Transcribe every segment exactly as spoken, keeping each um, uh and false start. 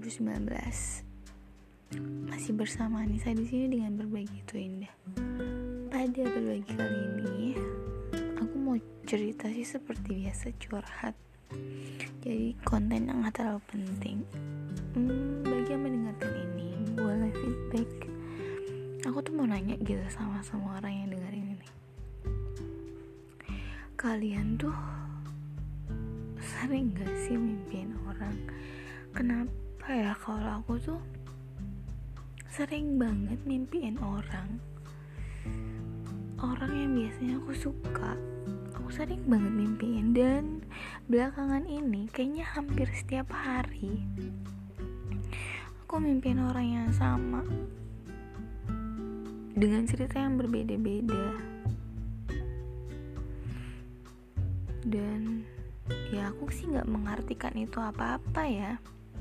ribu sembilan belas. Masih bersama Anissa di sini dengan berbagi itu indah. Pada berbagi kali ini, aku mau cerita sih seperti biasa, curhat. Jadi konten yang gak terlalu penting. Hmm, bagi yang mendengarkan ini, boleh feedback. Aku tuh mau nanya gitu sama semua orang yang dengerin ini. Kalian tuh sering gak sih mimpiin orang? Kenapa ya kalau aku tuh sering banget mimpiin orang Orang yang biasanya aku suka, aku sering banget mimpiin. Dan belakangan ini kayaknya hampir setiap hari aku mimpiin orang yang sama, dengan cerita yang berbeda-beda. Dan ya aku sih gak mengartikan itu apa-apa ya.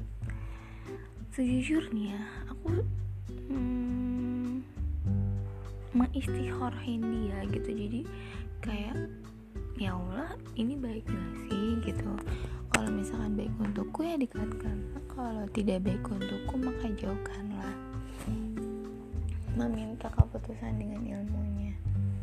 Sejujurnya aku hmm, mengistighorohin dia gitu. Jadi kayak, ya Allah, ini baik gak sih gitu. Kalau misalkan baik untukku ya dekatkan, kalau tidak baik untukku maka jauhkanlah. Meminta keputusan dengan ilmunya.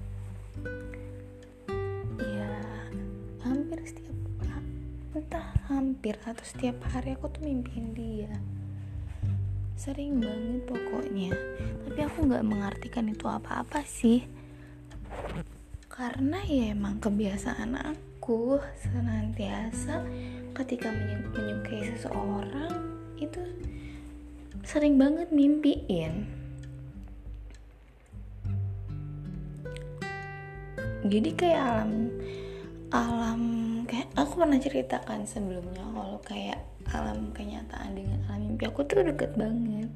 Ya hampir setiap entah hampir atau setiap hari aku tuh mimpiin dia, sering banget pokoknya. Tapi aku gak mengartikan itu apa-apa sih, karena ya emang kebiasaan aku senantiasa ketika menyu- menyukai seseorang itu sering banget mimpiin. Jadi kayak alam alam kayak aku pernah ceritakan sebelumnya, kalau kayak alam kenyataan dengan alam mimpi aku tuh deket banget.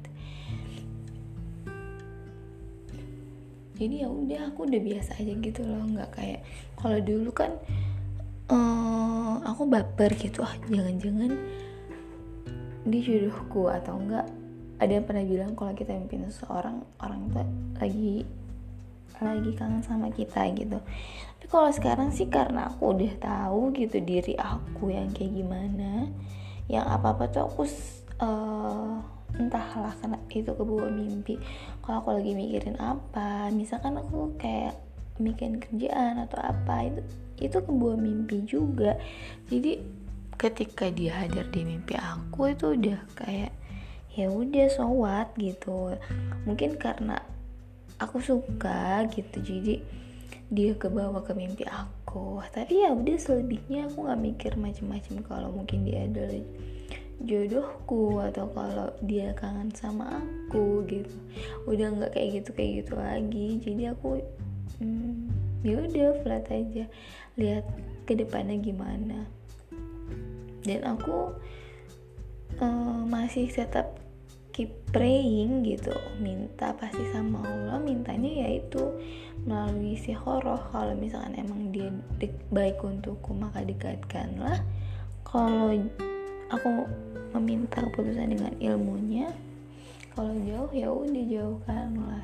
Jadi ya udah, aku udah biasa aja gitu loh, nggak kayak kalau dulu kan uh, aku baper gitu, ah jangan-jangan dia jodohku, atau enggak ada yang pernah bilang kalau kita mimpiin seseorang, orang tuh lagi lagi kangen sama kita gitu. Tapi kalau sekarang sih karena aku udah tahu gitu diri aku yang kayak gimana, yang apa-apa tuh aku uh, entahlah karena itu kebawa mimpi. Kalau aku lagi mikirin apa, misalkan aku kayak mikirin kerjaan atau apa, itu itu kebawa mimpi juga. Jadi ketika dia hadir di mimpi aku itu udah kayak ya udah, so what gitu. Mungkin karena aku suka gitu, jadi dia kebawa ke mimpi aku. Tapi ya udah, selebihnya aku nggak mikir macem-macem kalau mungkin dia adalah jodohku atau kalau dia kangen sama aku gitu. Udah nggak kayak gitu kayak gitu lagi. Jadi aku hmm, ya udah flat aja, lihat ke depannya gimana. Dan aku uh, masih tetap keep praying gitu, minta pasti sama Allah. Mintanya yaitu melalui istikharah. Kalau misalkan emang dia de- baik untukku maka dekatkanlah. Kalau aku meminta keputusan dengan ilmunya, kalau jauh ya udah jauhkanlah.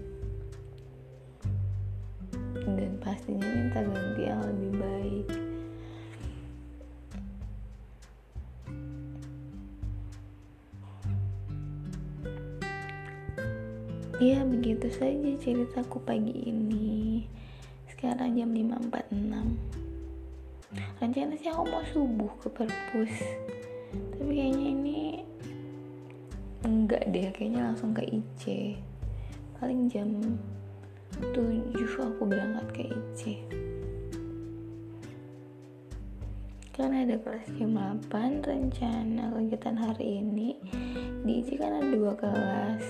Dan pastinya minta ganti yang lebih baik. Ya begitu saja ceritaku pagi ini. Sekarang jam lima empat puluh enam. Rencana sih aku mau subuh ke perpus, tapi kayaknya ini enggak deh, kayaknya langsung ke I C. Paling jam tujuh aku berangkat ke I C, karena ada kelas jam delapan. Rencana kegiatan hari ini di I C kan ada dua kelas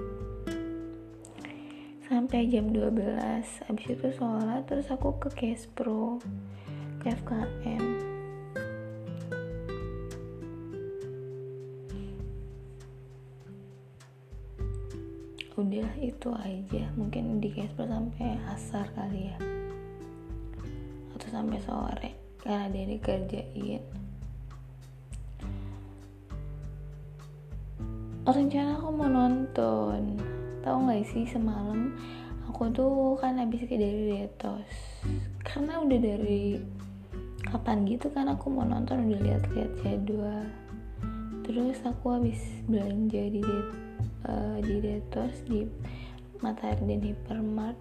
sampai jam dua belas. Habis itu sholat, terus aku ke Kespro, ke F K M. Udah itu aja. Mungkin di Kespro sampai asar kali ya, atau sampai sore karena ada yang dikerjain. Rencana aku mau nonton. Tahu nggak sih, semalam aku tuh kan habis dari detox, karena udah dari kapan gitu kan aku mau nonton, udah lihat-lihat jadwal. Terus aku habis belanja di det, uh, di Detos, di Matahari dan Hypermart.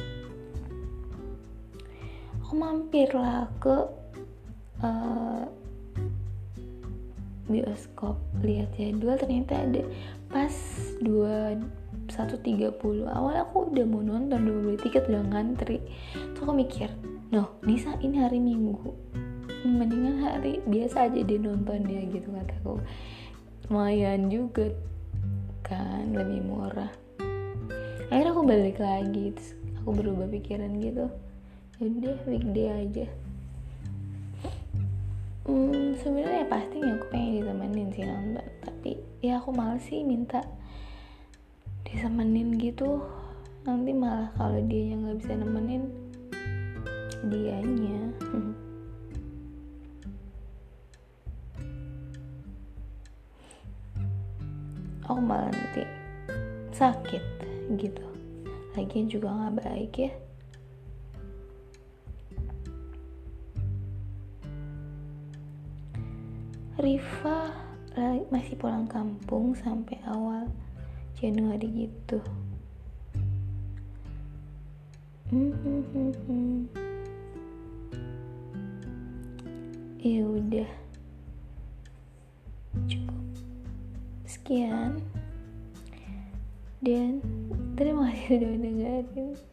Aku mampir lah ke uh, bioskop, lihat jadwal, ternyata ada pas dua puluh satu tiga puluh. Awalnya aku udah mau nonton, udah beli tiket, udah ngantri. Terus aku mikir, noh Nisa ini hari Minggu, mendingan hari biasa aja dia nonton ya gitu, kataku. Lumayan juga kan, lebih murah. Akhirnya aku balik lagi, terus aku berubah pikiran gitu, yaudah weekday aja. Hmm, sebenarnya pasti aku pengen ditemenin sih nonton, tapi ya aku males sih minta ditemenin gitu. Nanti malah kalau dia yang nggak bisa nemenin dianya. Aku malah nanti sakit gitu. Lagian juga nggak baik ya. Riva masih pulang kampung sampai awal Januari gitu. Hmm, hmm, hmm, hmm. Ya udah, cukup sekian, dan terima kasih sudah mendengarin.